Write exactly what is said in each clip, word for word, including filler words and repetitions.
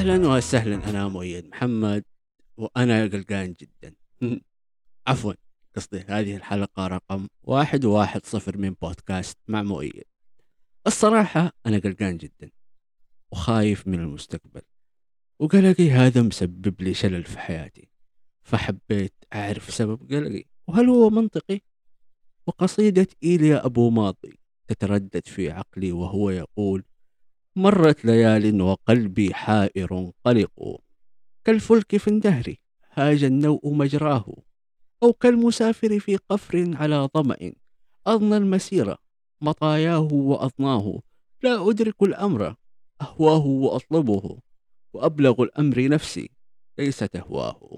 أهلا وسهلا، أنا مؤيد محمد وأنا قلقان جدا. عفوا، قصدي هذه الحلقة رقم واحد واحد صفر من بودكاست مع مؤيد. الصراحة أنا قلقان جدا وخايف من المستقبل، وقلقي هذا مسبب لي شلل في حياتي، فحبيت أعرف سبب قلقي وهل هو منطقي. وقصيدة إيليا أبو ماضي تتردد في عقلي وهو يقول: مرت ليال وقلبي حائر قلق، كالفلك في النهر هاج النوء مجراه، أو كالمسافر في قفر على ظمأ أضنى المسيرة مطاياه وأضناه، لا أدرك الأمر أهواه وأطلبه، وأبلغ الأمر نفسي ليس تهواه.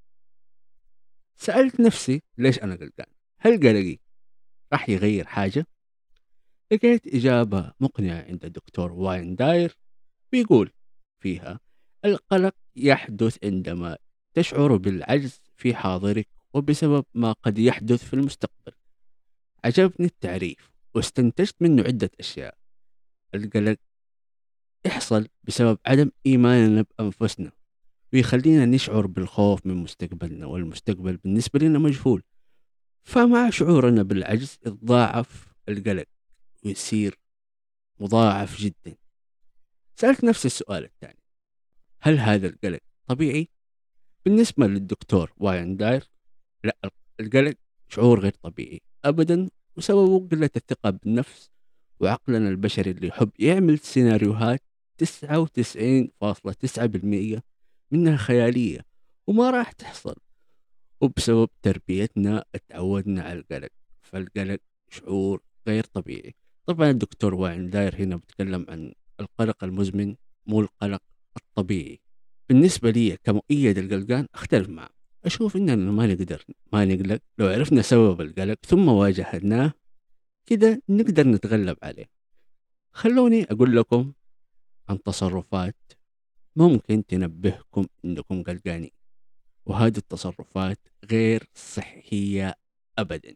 سألت نفسي ليش أنا قلقان؟ هل قلقي راح يغير حاجة؟ لقيت إجابة مقنعة عند الدكتور واين داير، بيقول فيها: القلق يحدث عندما تشعر بالعجز في حاضرك وبسبب ما قد يحدث في المستقبل. عجبني التعريف واستنتجت منه عدة أشياء. القلق يحصل بسبب عدم إيماننا بأنفسنا، ويخلينا نشعر بالخوف من مستقبلنا، والمستقبل بالنسبة لنا مجهول. فمع شعورنا بالعجز يتضاعف القلق ويصير مضاعف جدا. سألت نفسي السؤال الثاني: هل هذا القلق طبيعي؟ بالنسبة للدكتور واين داير، لا، القلق شعور غير طبيعي أبدا، وسببه قلة الثقة بالنفس. وعقلنا البشري اللي يحب يعمل سيناريوهات تسعة وتسعين فاصلة تسعة بالمئة منها خيالية وما راح تحصل، وبسبب تربيتنا اتعودنا على القلق. فالقلق شعور غير طبيعي. طبعا الدكتور واين داير هنا بيتكلم عن القلق المزمن، مو القلق الطبيعي. بالنسبة لي كمؤيد القلقان أختلف معه، أشوف إننا ما نقدر ما نقلق لو عرفنا سبب القلق ثم واجهناه، كده نقدر نتغلب عليه. خلوني أقول لكم عن تصرفات ممكن تنبهكم إنكم قلقانين، وهذه التصرفات غير صحية أبدا.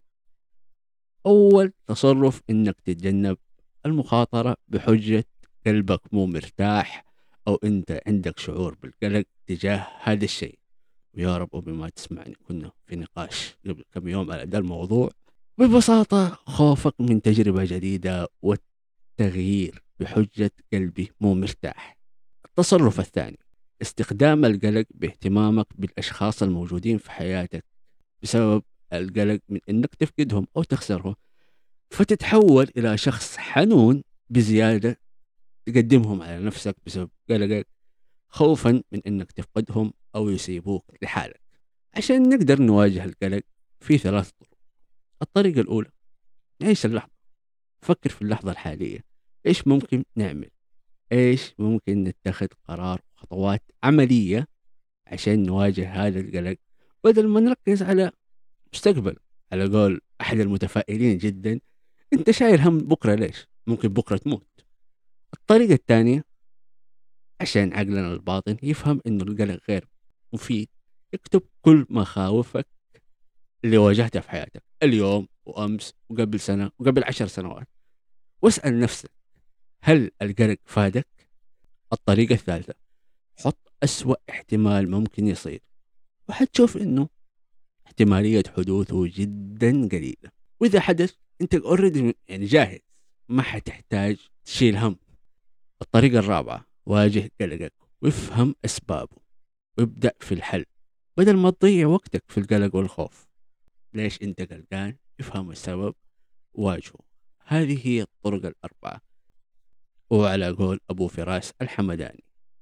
أول تصرف إنك تتجنب المخاطرة بحجة قلبك مو مرتاح، أو أنت عندك شعور بالقلق تجاه هذا الشيء. ويا رب أمي ما تسمعني، كنا في نقاش قبل كم يوم على هذا الموضوع. ببساطة خوفك من تجربة جديدة والتغيير بحجة قلبي مو مرتاح. التصرف الثاني: استخدام القلق باهتمامك بالأشخاص الموجودين في حياتك، بسبب القلق من أنك تفقدهم أو تخسرهم، فتتحول إلى شخص حنون بزيادة، تقدمهم على نفسك بسبب قلقك، خوفا من أنك تفقدهم أو يسيبوك لحالك. عشان نقدر نواجه القلق في ثلاث طرق. الطريقة الأولى: نعيش اللحظة، فكر في اللحظة الحالية. إيش ممكن نعمل؟ إيش ممكن نتخذ قرار وخطوات عملية عشان نواجه هذا القلق، بدل ما نركز على مستقبل. على قول أحد المتفائلين جدا: أنت شايل هم بكرة ليش؟ ممكن بكرة تموت. الطريقة الثانية: عشان عقلنا الباطن يفهم إنه القلق غير مفيد، اكتب كل مخاوفك اللي واجهتها في حياتك اليوم وأمس وقبل سنة وقبل عشر سنوات، واسأل نفسك: هل القلق فادك؟ الطريقة الثالثة: حط أسوأ احتمال ممكن يصير، وحتشوف إنه احتمالية حدوثه جدا قليلة. وإذا حدث أنت اوريدي يعني جاهز، ما حتحتاج تشيل هم. الطريقة الرابعة: واجه قلقك وافهم أسبابه وابدأ في الحل، بدل ما تضيع وقتك في القلق والخوف. ليش أنت قلقان؟ افهم السبب، واجهه. هذه هي الطرق الأربعة. وعلى قول أبو فراس الحمداني: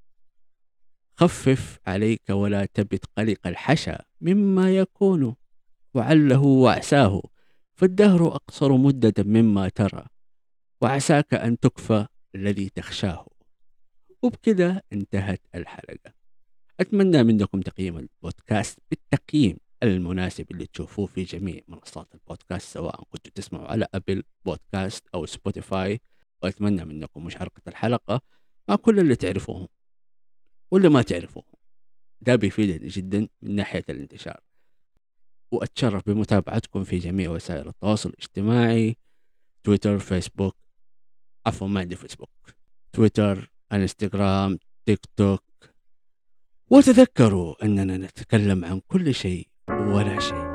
خفف عليك ولا تبت قلق الحشا مما يكون، وعله وعساه، فالدهر أقصر مدة مما ترى، وعساك أن تكفى الذي تخشاه. وبكده انتهت الحلقة. أتمنى منكم تقييم البودكاست بالتقييم المناسب اللي تشوفوه في جميع منصات البودكاست، سواء كنتوا تسمعوا على أبل بودكاست أو سبوتيفاي. وأتمنى منكم مشاركة الحلقة مع كل اللي تعرفوهم واللي ما تعرفوهم، ده بيفيدني جدا من ناحية الانتشار. وأتشرف بمتابعتكم في جميع وسائل التواصل الاجتماعي: تويتر، فيسبوك، عفوا ما عندي فيسبوك، تويتر، انستغرام، تيك توك، وتذكروا أننا نتكلم عن كل شيء ولا شيء.